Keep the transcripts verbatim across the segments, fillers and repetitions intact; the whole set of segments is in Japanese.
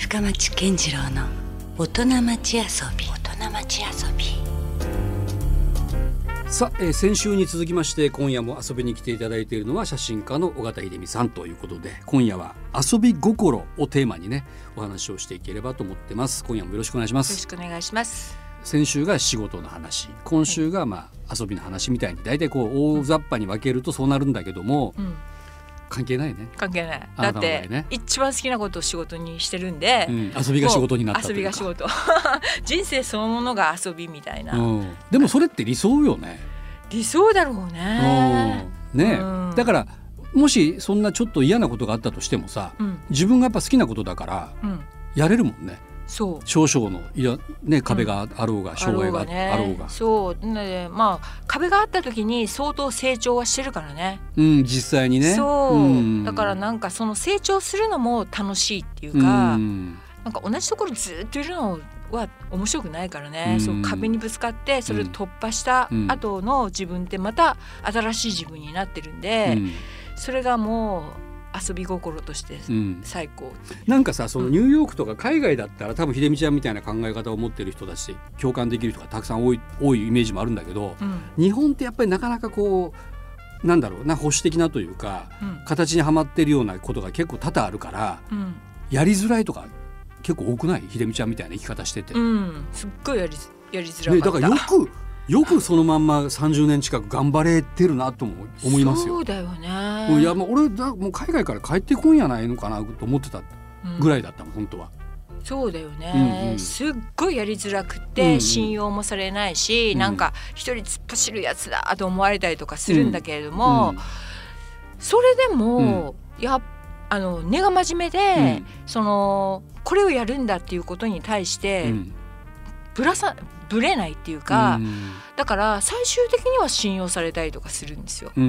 深町健次郎の大人町遊び大人町遊び。 さあ、えー、先週に続きまして今夜も遊びに来ていただいているのは写真家の尾形秀美さんということで、今夜は遊び心をテーマにねお話をしていければと思ってます。今夜もよろしくお願いします。 よろしくお願いします。 先週が仕事の話、今週がまあ遊びの話みたいに大体こう大雑把に分けるとそうなるんだけども、うん、関係ないね。 関係ない。だって、ね、一番好きなことを仕事にしてるんで、 うん、遊びが仕事になったというか、 遊びが仕事人生そのものが遊びみたいな、 うん、でもそれって理想よね。 理想だろうね。 ね、うん、だからもしそんなちょっと嫌なことがあったとしてもさ、うん、自分がやっぱ好きなことだから、うん、やれるもんね。そう少々のいや、ね、壁があろうが、うん、障害があろうが、ね、あろうがそうね、まあ壁があった時に相当成長はしてるからね、 うん、実際にね。 そう、うん、だからなんかその成長するのも楽しいっていうか、うん、なんか同じところずっといるのは面白くないからね、うん、そう壁にぶつかってそれを突破した後の自分ってまた新しい自分になってるんで、うん、それがもう遊び心として最高、うん、 なんかさそのニューヨークとか海外だったら、うん、多分秀美ちゃんみたいな考え方を持ってる人たち共感できる人がたくさん多い、多いイメージもあるんだけど、うん、日本ってやっぱりなかなかこうなんだろうな保守的なというか、うん、形にはまってるようなことが結構多々あるから、うん、やりづらいとか結構多くない？秀美ちゃんみたいな生き方してて、うん、 すっごいやり、やりづらかった、 ね、だからよくよくそのまんまさんじゅうねん近く頑張れてるなと思いますよ。 そうだよね。 いやもう俺だもう海外から帰ってこんやないのかなと思ってたぐらいだったもん、うん、本当は。 そうだよね、うんうん、すっごいやりづらくて、うんうん、信用もされないし、うん、なんか一人突っ走るやつだと思われたりとかするんだけれども、うんうん、それでも、うん、やあの根が真面目で、うん、そのこれをやるんだっていうことに対して、うん、ぶらさぶれないっていうか、うん、だから最終的には信用されたりとかするんですよ、うん、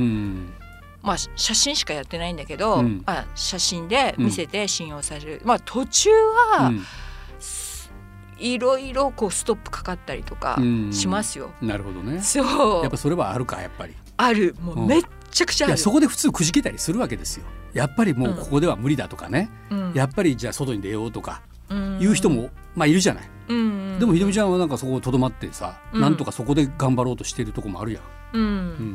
まあ写真しかやってないんだけど、うん、まあ、写真で見せて信用される、うん、まあ途中は、うん、いろいろこうストップかかったりとかしますよ、 うん、なるほどね。 そうやっぱそれはあるか。やっぱりある。もうめっちゃくちゃある。 いやそこで普通くじけたりするわけですよ。やっぱりもうここでは無理だとかね、うん、やっぱりじゃあ外に出ようとかいう人も、まあ、いるじゃない、うんうん、でも秀美ちゃんはなんかそこをとどまってさ、うん、なんとかそこで頑張ろうとしているとこもあるやん、うんうん、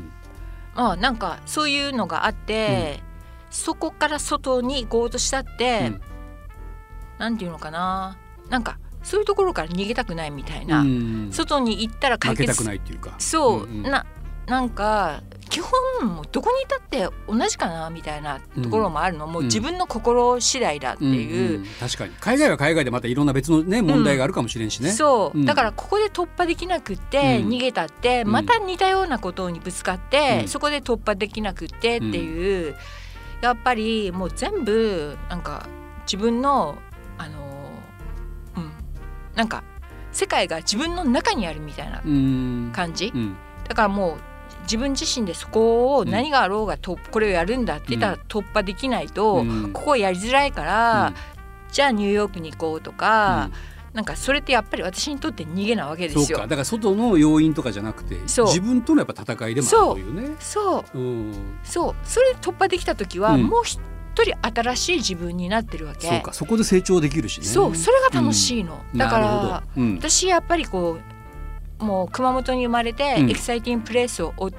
まあなんかそういうのがあって、うん、そこから外に行こうとしたって、うん、なんていうのかな、なんかそういうところから逃げたくないみたいな、うん、外に行ったら解決負けたくないっていうか、 そう、うんうん、な, なんか基本もうどこにいたって同じかなみたいなところもあるの、うん、もう自分の心次第だっていう、 うんうん、確かに海外は海外でまたいろんな別の、ね、問題があるかもしれんしね、 うん、そう、うん、だからここで突破できなくって逃げたって、うん、また似たようなことにぶつかって、うん、そこで突破できなくってっていう、うん、やっぱりもう全部なんか自分のあの、うん、なんか世界が自分の中にあるみたいな感じ、うん、だからもう自分自身でそこを何があろうがと、うん、これをやるんだって言ったら突破できないと、うん、ここやりづらいから、うん、じゃあニューヨークに行こうとか、うん、なんかそれってやっぱり私にとって逃げなわけですよ。 そうか、だから外の要因とかじゃなくて自分とのやっぱ戦いでもあるというね。 そうそう、うん、そうそれで突破できた時は、うん、もう一人新しい自分になってるわけ。 そうか、そこで成長できるしね。 そう、それが楽しいの、うん、だから、うん、私やっぱりこうもう熊本に生まれて、うん、エキサイティングプレイスを追って、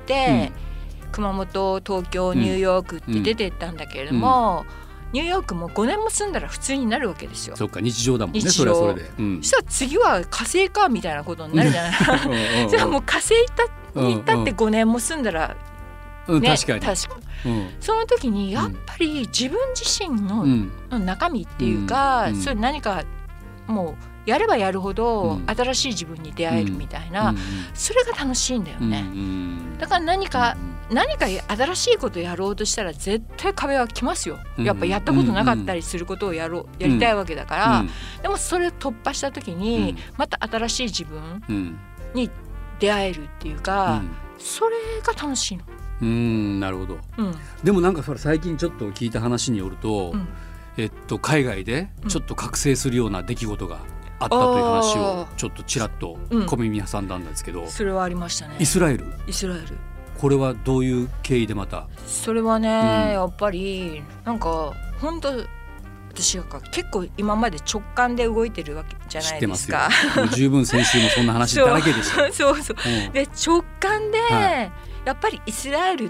うん、熊本、東京、ニューヨークって出てったんだけれども、うん、ニューヨークもごねんも住んだら普通になるわけですよ。 そっか、日常だもんね。 日常、 それはそれで、うん、 そしたら次は火星かみたいなことになるじゃないじゃあもう火星に行ったってごねんも住んだら、 うんね、確かに確かに、うん、その時にやっぱり自分自身の中身っていうか、うんうん、それ何かもうやればやるほど新しい自分に出会えるみたいな、うん、それが楽しいんだよね、うん、だから何か、うん、何か新しいことやろうとしたら絶対壁は来ますよ。やっぱやったことなかったりすることをやろう、やりたいわけだから、うん、でもそれを突破した時にまた新しい自分に出会えるっていうか、うん、それが楽しいの。 うーん、なるほど、うん、でもなんか最近ちょっと聞いた話によると、うん、えっと、海外でちょっと覚醒するような出来事があったという話をちょっとちらっと小耳挟んだんですけど、うん、 それはありましたね。 イスラエルイスラエルこれはどういう経緯でまた？ それはね、うん、やっぱりなんか本当私が結構今まで直感で動いてるわけじゃないですか。 知ってますよ。もう十分先週もそんな話だらけでした。 そうそうそう、 うん、 で直感で、 はい、 やっぱりイスラエルって、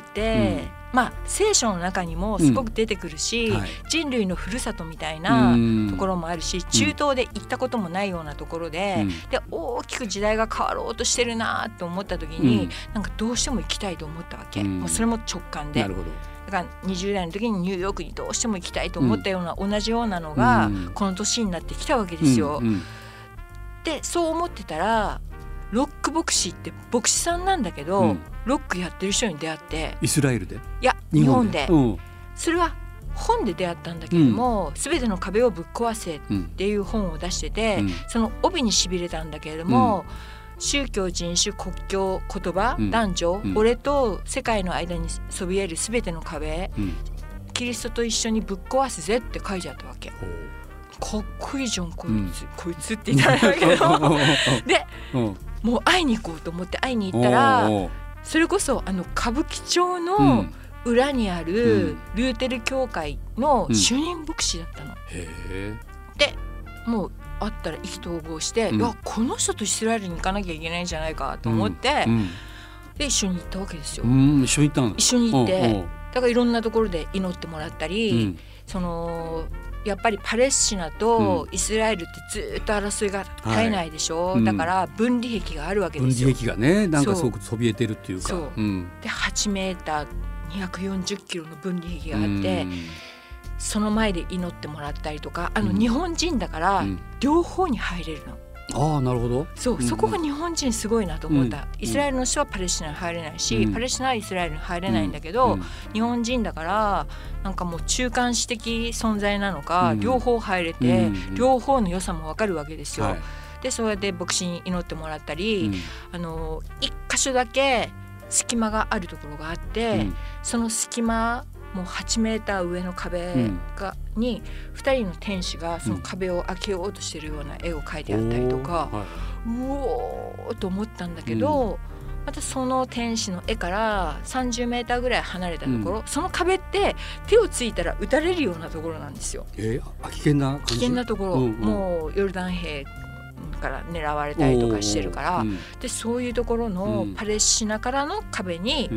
うん、まあ、聖書の中にもすごく出てくるし、うんはい、人類のふるさとみたいなところもあるし、中東で行ったこともないようなところで、うん、で大きく時代が変わろうとしてるなと思った時に、うん、なんかどうしても行きたいと思ったわけ、うん、もうそれも直感で。 なるほど。 だからにじゅう代の時にニューヨークにどうしても行きたいと思ったような、うん、同じようなのがこの年になってきたわけですよ、うんうん、でそう思ってたらロック牧師って牧師さんなんだけど、うん、ロックやってる人に出会って、 イスラエルで、 いや日本で、 日本で、うん、 それは本で出会ったんだけれども、すべ、うん、ての壁をぶっ壊せっていう本を出してて、うん、その帯にしびれたんだけれども、うん、宗教、人種、国境、言葉、うん、男女、うん、俺と世界の間にそびえるすべての壁、うん、キリストと一緒にぶっ壊すぜって書いてあったわけ。かっこいいじゃんこいつ、うん、こいつって言ったんだけどで、うん、もう会いに行こうと思って会いに行ったら、それこそあの歌舞伎町の裏にあるルーテル教会の主任牧師だったの、うん、へー。でもう会ったら意気投合して、うん、いやこの人とイスラエルに行かなきゃいけないんじゃないかと思って、うんうん、で一緒に行ったわけですよ、うん、 一緒に行ったの？ 一緒に行って、おうおう、だからいろんなところで祈ってもらったり、うん、そのやっぱりパレスチナとイスラエルってずっと争いが絶えないでしょ、はい、だから分離壁があるわけですよ。 分離壁がね、なんかすごくそびえてるっていうか、 そう、うん、ではちメーターにひゃくよんじゅっキロの分離壁があって、うん、その前で祈ってもらったりとか、あの日本人だから両方に入れるの、 うん、ああなるほど。 そう、うん、そこが日本人すごいなと思った、うん、イスラエルの人はパレスチナに入れないし、うん、パレスチナはイスラエルに入れないんだけど、うん、日本人だからなんかもう中間子的存在なのか、うん、両方入れて、うん、両方の良さも分かるわけですよ、はい、でそれで牧師に祈ってもらったり、うん、あの一箇所だけ隙間があるところがあって、うん、その隙間もうはちメーター上の壁が、うん、にふたりの天使がその壁を開けようとしているような絵を描いてあったりとか、うん、うおーと思ったんだけど、うん、またその天使の絵からさんじゅうメーターぐらい離れたところ、うん、その壁って手をついたら撃たれるようなところなんですよ。 えー、危険な感じ？ 危険なところ、うんうん、もうヨルダン兵から狙われたりとかしてるから、うん、でそういうところのパレスチナからの壁に、うん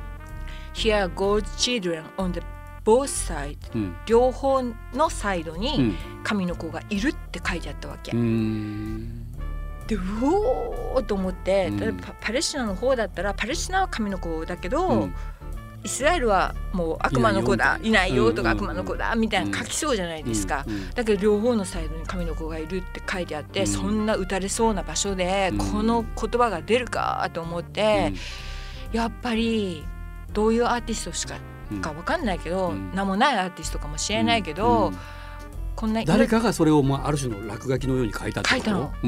、Here God's children on the both sides、うん、両方のサイドに神の子がいるって書いてあったわけ、うん、でうおーと思って、うん、パ, パレスチナの方だったらパレスチナは神の子だけど、うん、イスラエルはもう悪魔の子だいないよとか、うん、悪魔の子だみたいな書きそうじゃないですか、うん、だけど両方のサイドに神の子がいるって書いてあって、うん、そんな撃たれそうな場所でこの言葉が出るかと思って、うん、やっぱりどういうアーティストしかか分かんないけど、うん、名もないアーティストかもしれないけど、うんうん、こんな誰かがそれをまあある種の落書きのように書いたってこと？書いたの、うん、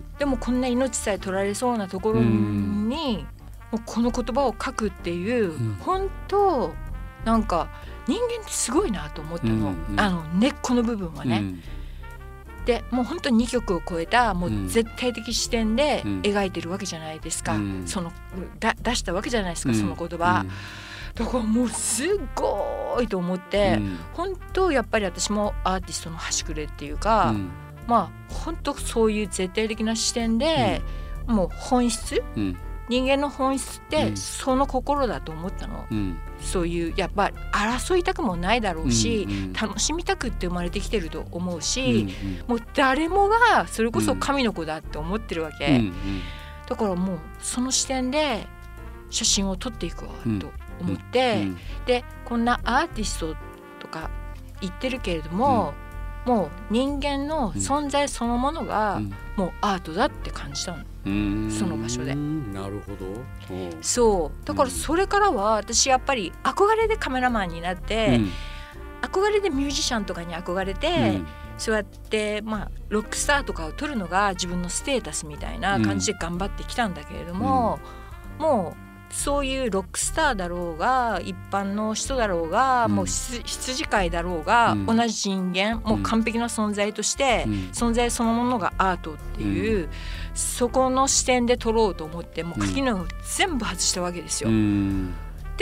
でもこんな命さえ取られそうなところに、うんもうこの言葉を書くっていう、うん、本当なんか人間ってすごいなと思ったの、うんうん、あの根っこの部分はね、うん、でもう本当ににきょくを超えたもう絶対的視点で描いてるわけじゃないですか、うん、そのだ出したわけじゃないですか、うん、その言葉、うん、だからもうすごいと思って、うん、本当やっぱり私もアーティストの端くれっていうか、うん、まあ本当そういう絶対的な視点で、うん、もう本質、うん人間の本質ってその心だと思ったの、うん、そういうやっぱ争いたくもないだろうし、うんうん、楽しみたくって生まれてきてると思うし、うんうん、もう誰もがそれこそ神の子だって思ってるわけ、うんうん、だからもうその視点で写真を撮っていくわと思って、うんうん、でこんなアーティストとか言ってるけれども、うん、もう人間の存在そのものがもうアートだって感じたの、うんその場所で。 なるほど。 そうだからそれからは私やっぱり憧れでカメラマンになって、うん、憧れでミュージシャンとかに憧れて、うん、そうやってまあロックスターとかを撮るのが自分のステータスみたいな感じで頑張ってきたんだけれども、うん、もうそういうロックスターだろうが一般の人だろうが、うん、もう羊飼いだろうが、うん、同じ人間もう完璧な存在として、うん、存在そのものがアートっていう、うん、そこの視点で撮ろうと思ってもう垣根を全部外したわけですよ、うん、で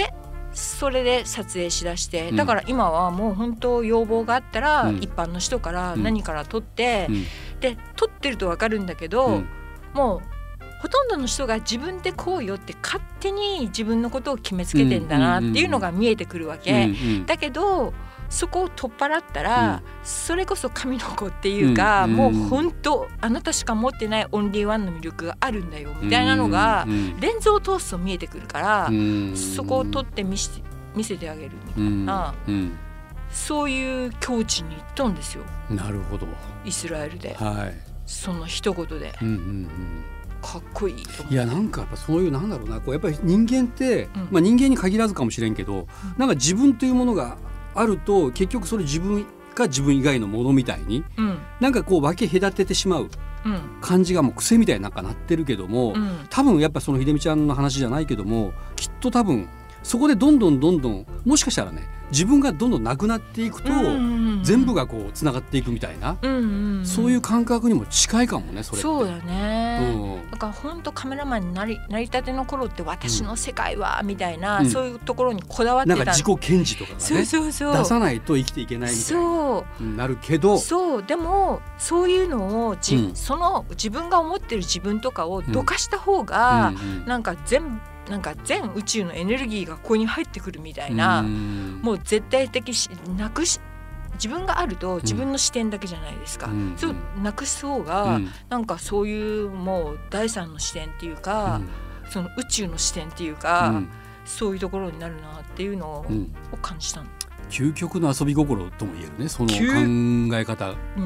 それで撮影しだして、だから今はもう本当要望があったら、 うん、 一般の人から何から撮って、 うん、 で撮ってると分かるんだけど、うん、もうほとんどの人が自分でこうよって勝手に自分のことを決めつけてんだなっていうのが見えてくるわけ、うんうん、だけどそこを取っ払ったら、うん、それこそ神の子っていうか、うん、もう本当あなたしか持ってないオンリーワンの魅力があるんだよみたいなのが、うん、レンズを通すと見えてくるから、うん、そこを取って見せて、見せてあげるみたいな、うんうん、そういう境地に行ったんですよ。 なるほど。 イスラエルで、 はい、 その一言で、うんうんうん、かっこいいと思う。 いやなんかやっぱそういうなんだろうな、こうやっぱり人間って、うんまあ、人間に限らずかもしれんけど、うん、なんか自分というものがあると結局それ自分か自分以外のものみたいに、うん、なんかこう分け隔ててしまう感じがもう癖みたいになんかなってるけども、うん、多分やっぱその秀美ちゃんの話じゃないけども、きっと多分そこでどんどんどんどんもしかしたらね、自分がどんどんなくなっていくと、うんうんうん、全部がこうつながっていくみたいな、うんうんうん、そういう感覚にも近いかもね、それって。 そうだね、うん、だから本当カメラマンになり、なりたての頃って私の世界は、うん、みたいな、そういうところにこだわってた、 なんか自己顕示とかがね、そうそうそう、出さないと生きていけないみたいななるけど、 そうでもそういうのをじ、うん、その自分が思ってる自分とかをどかした方が、うんうんうん、なんか全部なんか全宇宙のエネルギーがここに入ってくるみたいな、うもう絶対的しなくし自分があると自分の視点だけじゃないですか、うん、そうなくす方が、うん、なんかそういうもう第三の視点っていうか、うん、その宇宙の視点っていうか、うん、そういうところになるなっていうのを感じたの、うん、 究極の遊び心とも言えるね、その考え方、 うんうん、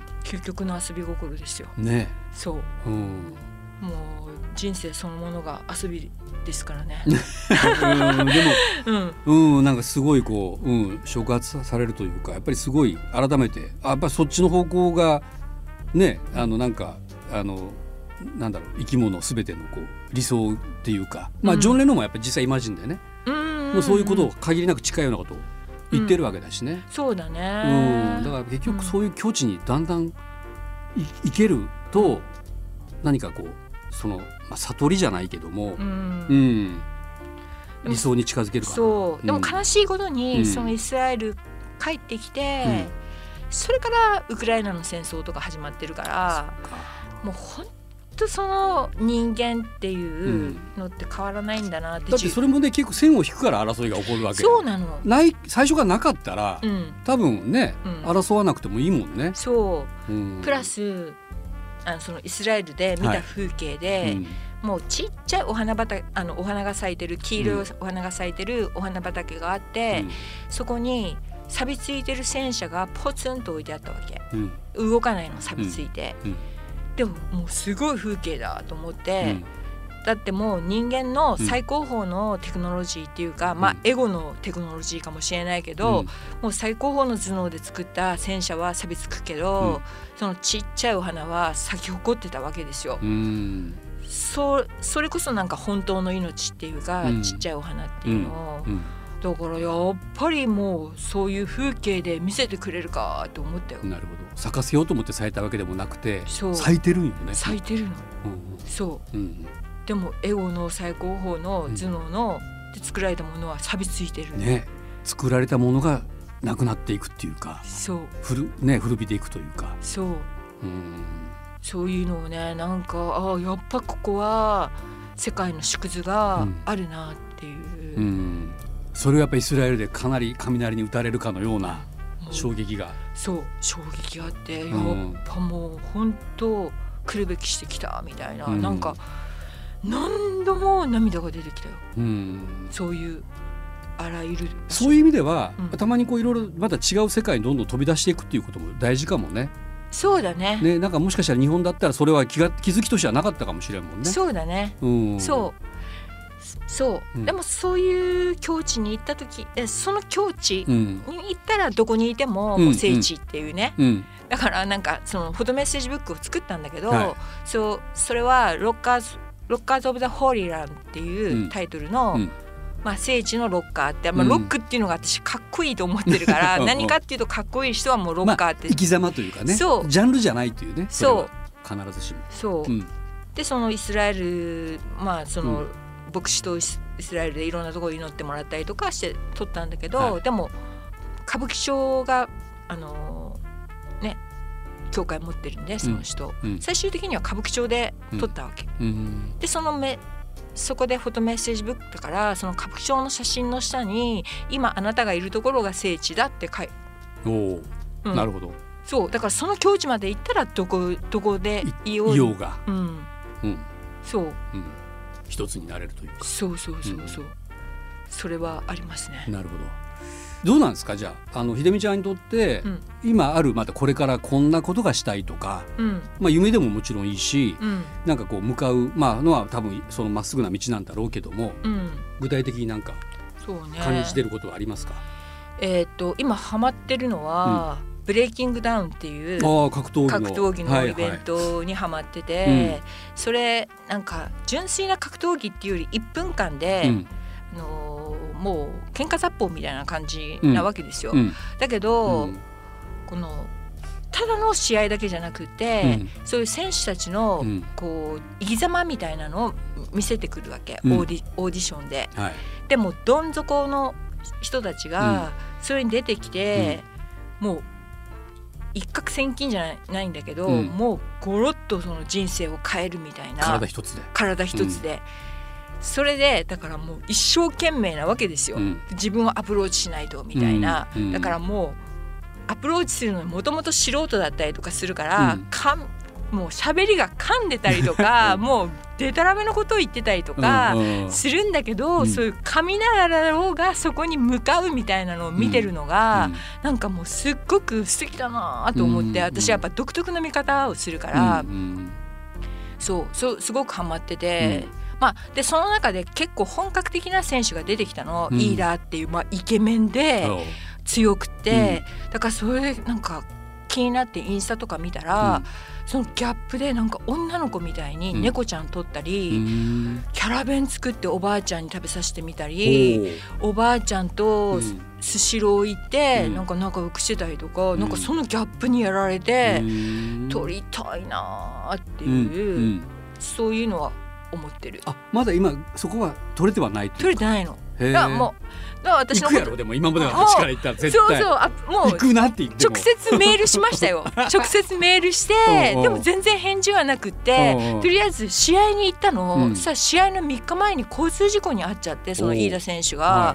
究極の遊び心ですよね。 そう、うん、もう人生そのものが遊びですからねうん、でも、うんうん、なんかすごいこう、うん、触発されるというか、やっぱりすごい改めてあやっぱりそっちの方向がね、あのなんかあのなんだろう、生き物すべてのこう理想っていうか、まあ、ジョン・レノンもやっぱり実際イマジンでね、うん、もうそういうことを限りなく近いようなことを言ってるわけだしね、 うん、そうだね、 うん、だから結局そういう境地にだんだん い, いけると何かこうその、まあ、悟りじゃないけども、うんうん、理想に近づけるかな。 そう、でも悲しいことに、うん、そのイスラエル帰ってきて、うん、それからウクライナの戦争とか始まってるから、もう本当その人間っていうのって変わらないんだなって、うん、 だってそれもね結構線を引くから争いが起こるわけ。 そうなの。 ない最初がなかったら、うん、多分ね、うん、争わなくてもいいもんね。 そう、うん、プラスあのそのイスラエルで見た風景で、はい、うん、もうちっちゃいお花畑、あのお花が咲いてる黄色いお花が咲いてるお花畑があって、うん、そこに錆びついてる戦車がポツンと置いてあったわけ、うん、動かないの、錆びついて、うんうん、でももうすごい風景だと思って、うん、だってもう人間の最高峰のテクノロジーっていうか、うん、まあエゴのテクノロジーかもしれないけど、うん、もう最高峰の頭脳で作った戦車は錆びつくけど、うん、そのちっちゃいお花は咲き誇ってたわけですよ、うん、そ, それこそなんか本当の命っていうか、うん、ちっちゃいお花っていうのを、うんうん、だからやっぱりもうそういう風景で見せてくれるかと思ったよ。 なるほど。咲かせようと思って咲いたわけでもなくて咲いてるんよね。 咲いてるの、うん、そう、うん、でもエゴの最高峰の頭脳の、うん、で作られたものは錆びついてる、 ね、作られたものがなくなっていくっていうか、 そう、 古、ね、古びていくというか、 そう、うん、そういうのをね、なんかあやっぱここは世界の縮図があるなっていう、うんうん、 それはやっぱイスラエルでかなり雷に打たれるかのような衝撃が、 そう衝撃があって、うん、やっぱもう本当来るべきしてきたみたいな、うん、なんか何度も涙が出てきたよ、うん、そういうあらゆるそういう意味では、うん、たまにこういろいろまた違う世界にどんどん飛び出していくっていうことも大事かもね。 そうだ ね, ねなんかもしかしたら日本だったらそれは 気, が気づきとしてはなかったかもしれんもんね。 そうだね、うん、そうそう、うん、でもそういう境地に行った時、その境地に行ったらどこにいても、もう聖地っていうね、うんうん、だからなんかそのフォトメッセージブックを作ったんだけど、はい、そうそれはロッカーズロッカーズ・オブ・ザ・ホーリーランっていうタイトルの、うん、まあ、聖地のロッカーって、まあ、ロックっていうのが私かっこいいと思ってるから、うん、何かっていうとかっこいい人はもうロッカーって、まあ、 生き様というかね、そうジャンルじゃないというね、そう必ずしもそう、うん、でそのイスラエル、まあその、うん、牧師とイスラエルでいろんなところに祈ってもらったりとかして撮ったんだけど、 はい、 でも歌舞伎町があのー、ね教会持ってるんでその人、うんうん、最終的には歌舞伎町で撮ったわけ、うんうん、でそのめそこでフォトメッセージブックだからその歌舞伎町の写真の下に今あなたがいるところが聖地だって書いて、 お、うん、なるほど。 そうだからその境地まで行ったらどこどこでいよういようが、 うんうん、そう、うん、 一つになれるというか、 そうそうそうそう、うん、それはありますね。 なるほど。どうなんですかじゃあ、あの秀美ちゃんにとって、うん、今あるまたこれからこんなことがしたいとか、うん、まあ、夢でももちろんいいし、うん、なんかこう向かう、まあ、のは多分そのまっすぐな道なんだろうけども、うん、具体的になんか感じてることはありますか？ えー、っと今ハマってるのは、うん、ブレイキングダウンっていうあ格闘技の、 格闘技のイベントにハマってて、はいはい、それなんか純粋な格闘技っていうよりいっぷんかんで、うん、あのもう喧嘩殺法みたいな感じなわけですよ、うん、だけど、うん、このただの試合だけじゃなくて、うん、そういう選手たちのこう生き様みたいなのを見せてくるわけ、うん、オーディ、オーディションで、はい、でもどん底の人たちがそれに出てきて、うん、もう一攫千金じゃないんだけど、うん、もうゴロッとその人生を変えるみたいな、 体一つで体一つで、うん、それでだからもう一生懸命なわけですよ、うん、自分をアプローチしないとみたいな、うんうん、だからもうアプローチするのにもともと素人だったりとかするから、うん、かんもう喋りが噛んでたりとかもうデタラメのことを言ってたりとかするんだけど、うん、そういう噛みながらだろうがそこに向かうみたいなのを見てるのが、うん、なんかもうすっごく素敵だなと思って、うん、私はやっぱ独特の見方をするから、うん、そうそうすごくハマってて、うん、まあ、でその中で結構本格的な選手が出てきたの、うん、イーラーっていう、まあ、イケメンで強くて、うん、だからそれでなんか気になってインスタとか見たら、うん、そのギャップでなんか女の子みたいに猫ちゃん撮ったり、うん、キャラ弁作っておばあちゃんに食べさせてみたり、おばあちゃんとスシロー行って、うん、なんか仲良くしてたりとか、うん、なんかそのギャップにやられて、うん、撮りたいなっていう、うん、そういうのは思ってる。 あ、まだ今そこは撮れてはないというか。 撮れてないの。だからもうだから私の行くやろ。でも今までの話から言ったら絶対そうそう、あもう行くなって言っても直接メールしましたよ直接メールしてでも全然返事はなくってとりあえず試合に行ったの、うん、さ試合のみっかまえに交通事故に遭っちゃってその飯田選手が、はい、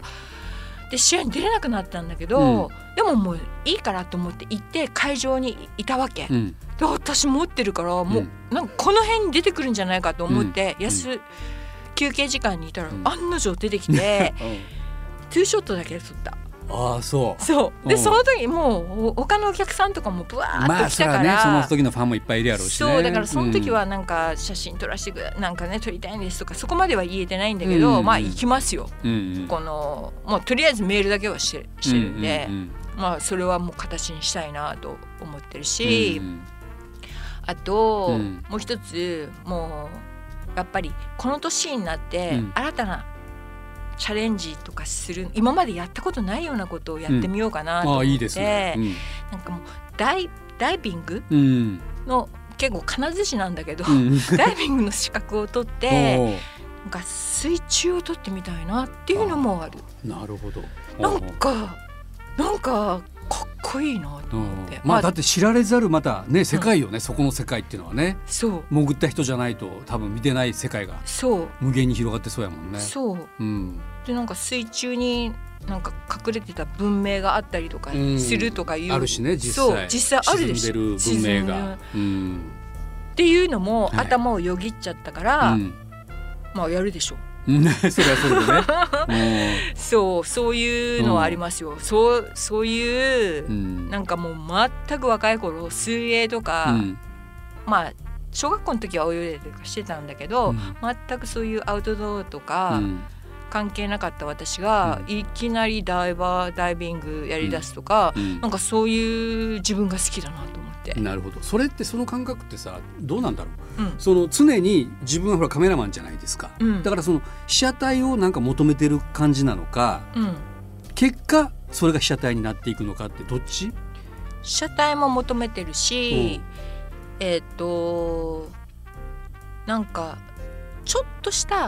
で試合に出れなくなったんだけど、うん、でももういいからと思って行って会場にいたわけ、うん、で私持ってるからもうなんかこの辺に出てくるんじゃないかと思って、うん、安、うん、休憩時間にいたら案の定出てきて、うん、ツーショットだけで撮った。 ああそうそうでその時もう他のお客さんとかもブワーッと来たから、 まあそ, ね、その時のファンもいっぱいいるやろうしね。 そうだからその時はなんか写真撮らせてくれ、なんかね撮りたいんですとかそこまでは言えてないんだけど、うんうん、まあ行きますよ、うんうん、このもうとりあえずメールだけはして、してるんで、うんうんうん、まあそれはもう形にしたいなと思ってるし、うんうん、あと、うん、もう一つもうやっぱりこの年になって新たなチャレンジとかする、今までやったことないようなことをやってみようかなと思って、うん、あ、いいですね、うん、なんかもうダイ、ダイビングの、うん、結構金づちなんだけど、うん、ダイビングの資格を取ってなんか水中を取ってみたいなっていうのもある。 あ、なるほど。 なんかなんかかっこいいなと思って、 まあ、だって知られざるまたね世界よね、うん、そこの世界っていうのはね、 そう潜った人じゃないと多分見てない世界がそう無限に広がってそうやもんね。 そう、うん、でなんか水中になんか隠れてた文明があったりとかするとかいう、うん、 あるしね実際。 そう実際あるでしょ、 沈んでる文明が、うん、 っていうのも頭をよぎっちゃったから、はい、まあやるでしょそれはそれでねそうそういうのはありますよ、うん、そうそういう、うん、なんかもう全く若い頃水泳とか、うん、まあ小学校の時は泳いでとかしてたんだけど、うん、全くそういうアウトドアとか、うん、関係なかった私が、うん、いきなりダイバーダイビングやりだすとか、うん、なんかそういう自分が好きだなと思って。 なるほど。それってその感覚ってさどうなんだろう、うん、その常に自分はほらカメラマンじゃないですか、うん、だからその被写体をなんか求めてる感じなのか、うん、結果それが被写体になっていくのかってどっち？ 被写体も求めてるし、うん、えっとなんかちょっとした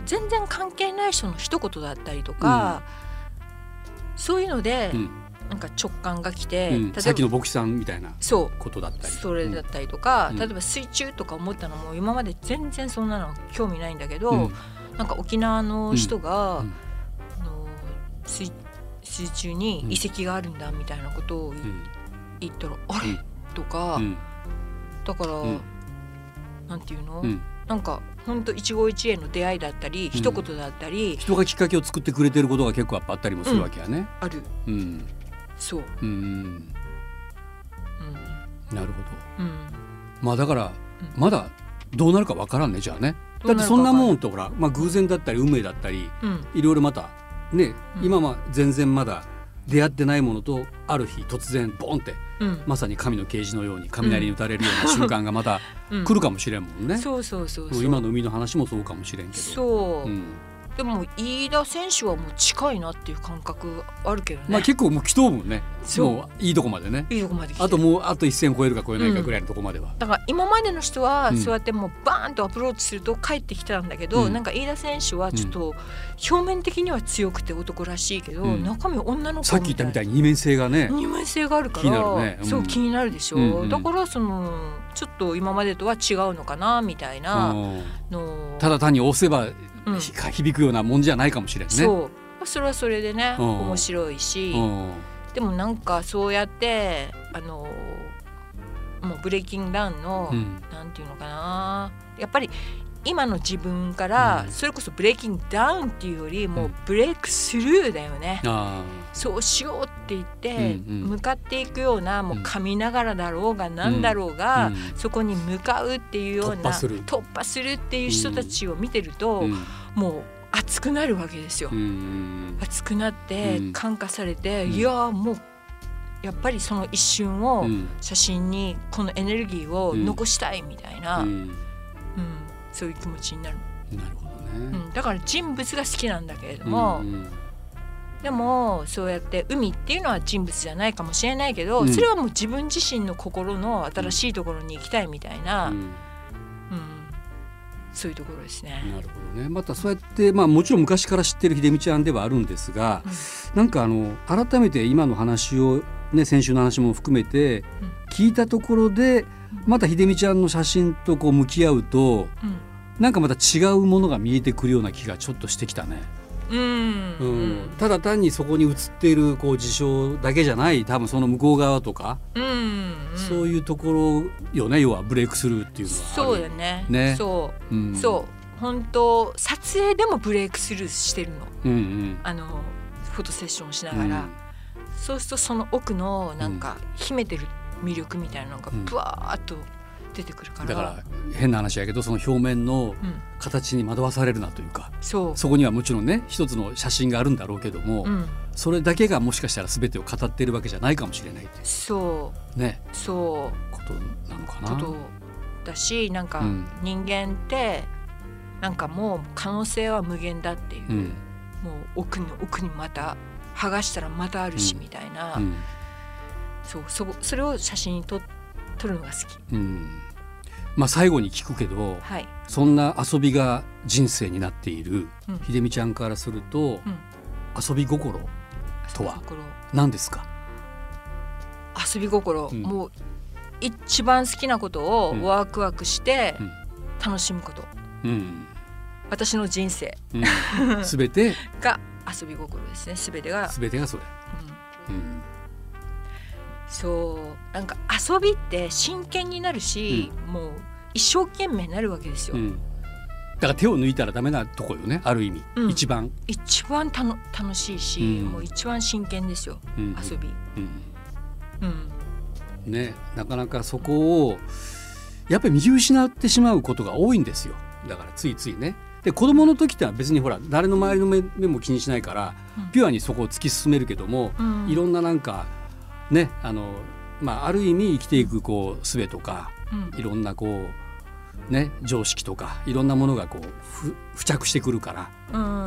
全然関係ない人の一言だったりとか、うん、そういうので、うん、なんか直感が来て、うん、例えばさっきの牧師さんみたいなことだったり、 それだったりとか、 うん、 例えば水中とか思ったのも今まで全然そんなの興味ないんだけど、うん、なんか沖縄の人が、うん、あの 水, 水中に遺跡があるんだみたいなことを言ったら、うん、あれ、うん、とか、うん、だから、うん、なんていうの、うん、なんか本当一期一会の出会いだったり、うん、一言だったり、 人がきっかけを作ってくれてることが結構やっぱあったりもするわけやね、うん、 ある、うん、そう、うん、うん、 なるほど、うん、まあだから、うん、まだどうなるかわからんね、じゃあね。だってそんなもんとほら、まあ、偶然だったり運命だったり、うん、いろいろまたね、うん、今は全然まだ出会ってないものとある日突然ボンって、うん、まさに神の啓示のように雷に打たれるような瞬間がまた来るかもしれんもんね、うん、 そうそうそうそう、 今の海の話もそうかもしれんけど、 そう、うん、でも飯田選手はもう近いなっていう感覚あるけどね、 まあ、結構もう来とうもんね、もういいとこまでね、 いいとこまで来て、 あともうあと一線超えるか超えないかぐらいのとこまでは、 うん、だから今までの人はそうやってもうバーンとアプローチすると帰ってきたんだけど、うん、なんか飯田選手はちょっと表面的には強くて男らしいけど、うん、中身は女の子みたいな、 さっき言ったみたいに二面性がね、 二面性があるから気になるね、うん、 そう気になるでしょ、うんうん、だからそのちょっと今までとは違うのかなみたいなの、 ただ単に押せばうん、響くようなもんじゃないかもしれんね。 そうそれはそれでね、面白いし、でもなんかそうやってあのもうブレイキングダウンの、うん、なんていうのかな、やっぱり今の自分から、うん、それこそブレイキングダウンっていうよりもうブレイクスルーだよね、うん、そうしようって言って、うんうん、向かっていくような、もう噛みながらだろうが何だろうが、うん、そこに向かうっていうような、 突破する、 突破するっていう人たちを見てると、うん、もう熱くなるわけですよ、うん、熱くなって感化されて、うん、いやもうやっぱりその一瞬を写真にこのエネルギーを残したいみたいな、うんうん、そういう気持ちになる。 なるほどね、 うん、だから人物が好きなんだけれども、うんうん、でもそうやって海っていうのは人物じゃないかもしれないけど、うん、それはもう自分自身の心の新しいところに行きたいみたいな、うんうん、そういうところですね。 なるほどね。またそうやって、まあ、もちろん昔から知ってる秀美ちゃんではあるんですが、うん、なんかあの改めて今の話を、ね、先週の話も含めて聞いたところで、うん、また秀美ちゃんの写真とこう向き合うと、うん、なんかまた違うものが見えてくるような気がちょっとしてきたね。 うんうん、 ただ単にそこに写っているこう事象だけじゃない、多分その向こう側とか、うんうん、そういうところよね、要はブレイクスルーっていうのはある。 そうだね、ね、そう、うん、そう本当撮影でもブレイクスルーしてるの、うんうん、あのフォトセッションしながら、うん、そうするとその奥のなんか秘めてる魅力みたいなのがブワーッと出てくるから、 だから変な話やけど、その表面の形に惑わされるなというか、うん、そうそこにはもちろんね一つの写真があるんだろうけども、うん、それだけがもしかしたら全てを語っているわけじゃないかもしれないっていう、 そうね、 そうことなのかな。 ことだし、なんか人間ってなんかもう可能性は無限だっていう、うん、もう奥に奥にまた剥がしたらまたあるしみたいな、うんうん、そう そ, それを写真に撮って撮るのが好き、うん、 まあ、最後に聞くけど、はい、そんな遊びが人生になっている秀美ちゃんからすると、うん、遊び心とは何ですか？ 遊び心、うん、もう一番好きなことをワクワクして楽しむこと、うんうん、私の人生、 うん、全てが遊び心ですね。全てが全てがそれ、うんうん、 そうなんか遊びって真剣になるし、うん、もう一生懸命になるわけですよ、うん、 だから手を抜いたらダメなとこよね、ある意味、うん、一番一番たの楽しいし、うん、もう一番真剣ですよ、うん、遊び、うんうん、ね、なかなかそこをやっぱり見失ってしまうことが多いんですよ。だからついついね、で子供の時っては別にほら誰の周りの 目, 目も気にしないから、うん、ピュアにそこを突き進めるけども、うん、いろんななんかね、あのまあ、ある意味生きていくこう術とか、うん、いろんなこう、ね、常識とかいろんなものがこう付着してくるから、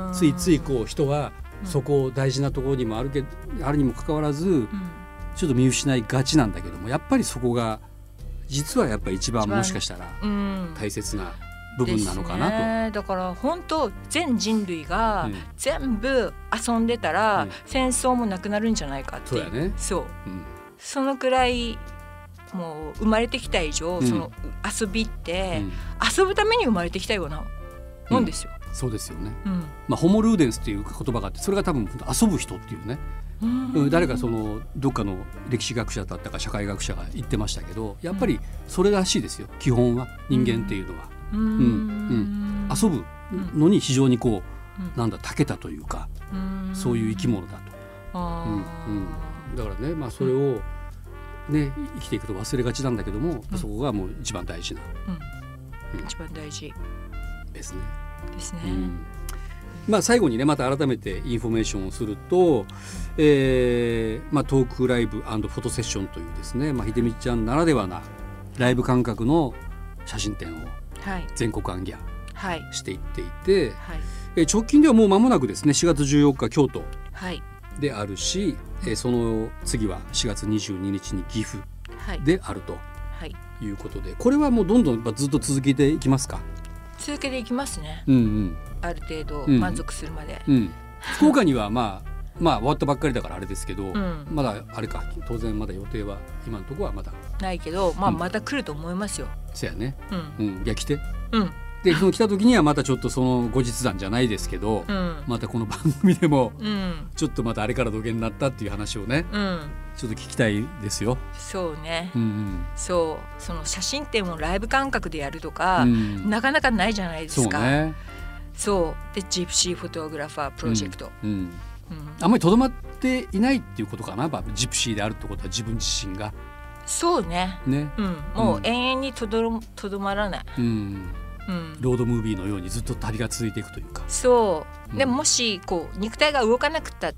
ついついこう人はそこを大事なところにもあるけど、あるにもかかわらず、うん、ちょっと見失いがちなんだけども、やっぱりそこが実はやっぱり一番もしかしたら大切な部分なのかなと、 ね、だから本当全人類が全部遊んでたら、うん、戦争もなくなるんじゃないかっていう、 そうやね、 そう、うん、そのくらいもう生まれてきた以上、うん、その遊びって、うん、遊ぶために生まれてきたようなもんですよ、 うん、そうですよね、うん、まあ、ホモルーデンスっていう言葉があって、それが多分遊ぶ人っていうね、うん、誰かそのどっかの歴史学者だったか社会学者が言ってましたけど、やっぱりそれらしいですよ、基本は人間っていうのは、うんうんうん、遊ぶのに非常にこう、うん、なんだ長けたというか、うん、そういう生き物だと、うんうん、だからね、まあ、それを、ね、生きていくと忘れがちなんだけども、うん、そこがもう一番大事な、 うんうん、一番大事ですね。 ですね、 うん、まあ、最後にねまた改めてインフォメーションをすると、えーまあ、トークライブ&フォトセッションというですね、まあ、秀美ちゃんならではなライブ感覚の写真展を全国アンギャしていっていて、はい、え直近ではもう間もなくですねしがつじゅうよっか京都であるし、はい、えその次はしがつにじゅうににちに岐阜であるということで、これはもうどんどんずっと続けていきますか？ 続けていきますね、 うんうん、 ある程度満足するまで、 うんうん、福岡にはまあまあ終わったばっかりだからあれですけど、うん、まだあれか当然まだ予定は今のところはまだないけど、まあ、また来ると思いますよ。 そうやね、うんうん、いや来て、 うん、 でその来た時にはまたちょっとその後日談じゃないですけど、うん、またこの番組でもちょっとまたあれから土下になったっていう話をね、うん、ちょっと聞きたいですよ。 そうね、 うんうん、 そうその写真展をライブ感覚でやるとか、うん、なかなかないじゃないですか。 そうね、 そうでジプシーフォトグラファープロジェクト、うんうんうん、あんまりとどまっていないっていうことかな。ジプシーであるってことは自分自身がそうね、 ね、 うん、もう永遠にとど、とどまらない、 うんうん、ロードムービーのようにずっと旅が続いていくというか。 そう、うん、でももしこう肉体が動かなくったって、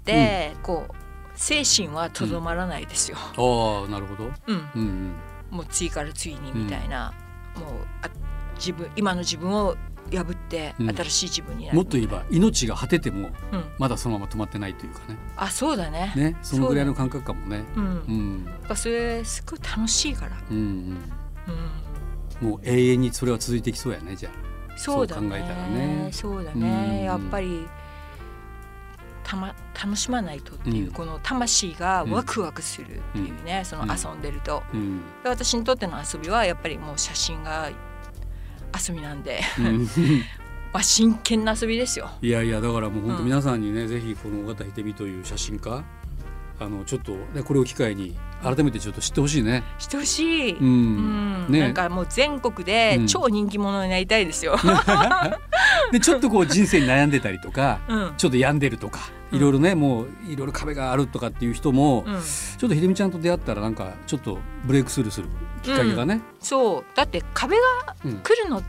うん、こう精神はとどまらないですよ、 うん、ああなるほど、 うんうんうん、もう次から次にみたいな、うん、もうあ自分今の自分を破って新しい自分になる、 うん、もっと言えば命が果ててもまだそのまま止まってないというかね、 うん、あそうだねね、そのぐらいの感覚かもね。う、 うんうん、それすごい楽しいから、うんうんうん、もう永遠にそれは続いていきそうやね。じゃあそうだね、 そう考えたらね、 そうだね、うん、やっぱりた、ま、楽しまないとっていう、うん、この魂がワクワクするっていうね、うん、その遊んでると、うん、で私にとっての遊びはやっぱりもう写真が遊びなんで、うん、まあ真剣な遊びですよ。 いやいやだからもう本当皆さんにね、うん、ぜひこの尾形秀美という写真家あのちょっと、ね、これを機会に改めてちょっと知ってほしいね。 知ってほしい、うんうんね、なんかもう全国で超人気者になりたいですよ、うん、 でちょっとこう人生に悩んでたりとか、うん、ちょっと病んでるとかいろいろね、もういろいろ壁があるとかっていう人も、うん、ちょっと秀美ちゃんと出会ったらなんかちょっとブレイクスルーするきっかけがね、うん、 そうだって壁が来るのって、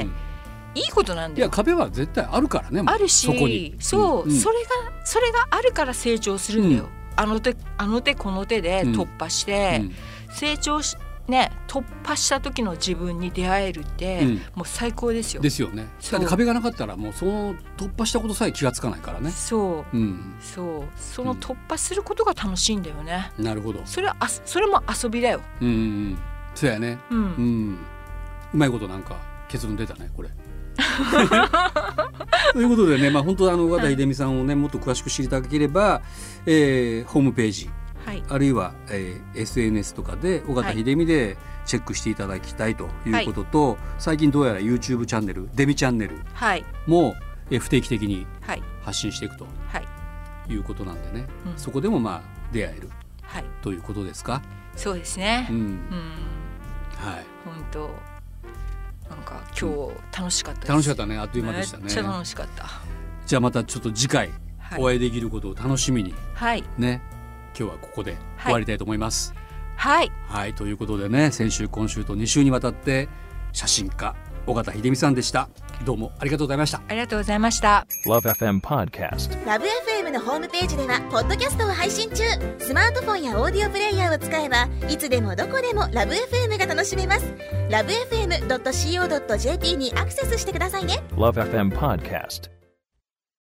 うん、いいことなんだよ。 いや壁は絶対あるからね。 あるし、そこにそう、うん、それがそれがあるから成長するんだよ、うん、あの手あの手この手で突破して、うん、成長しね、突破した時の自分に出会えるって、うん、もう最高ですよ。 ですよね。だって壁がなかったらもうその突破したことさえ気がつかないからね。 そう、うん、そうその突破することが楽しいんだよね、 うん、なるほど。 それはあそれも遊びだよ。 うんうん、そうやね、うんうん、うまいことなんか結論出たねこれということでね、まあ、本当あの和田秀美さんをねもっと詳しく知りたければ、えー、ホームページ、はい、あるいは、えー、エスエヌエス とかで尾形秀美でチェックしていただきたいということと、はい、最近どうやら YouTube チャンネルデミチャンネルも、はいえー、不定期的に発信していくと、はい、いうことなんでね、うん、そこでもまあ出会える、はい、ということですか。 そうですね、うんうん、 はい、 本当なんか今日楽しかったです、 うん、楽しかったね。あっという間でしたね。 めっちゃ楽しかった。 じゃあまたちょっと次回お会いできることを楽しみに、はい、ね今日はここで終わりたいと思います。 はい、 はい、ということでね先週今週とに週にわたって写真家尾形秀美さんでした。どうもありがとうございました。 ありがとうございました。 ラブ エフエム Podcast ラブ エフエム のホームページではポッドキャストを配信中。スマートフォンやオーディオプレイヤーを使えばいつでもどこでもラブ エフエム が楽しめます。 ラブエフエムドットシーオードットジェーピー にアクセスしてくださいね。 ラブ エフエム Podcast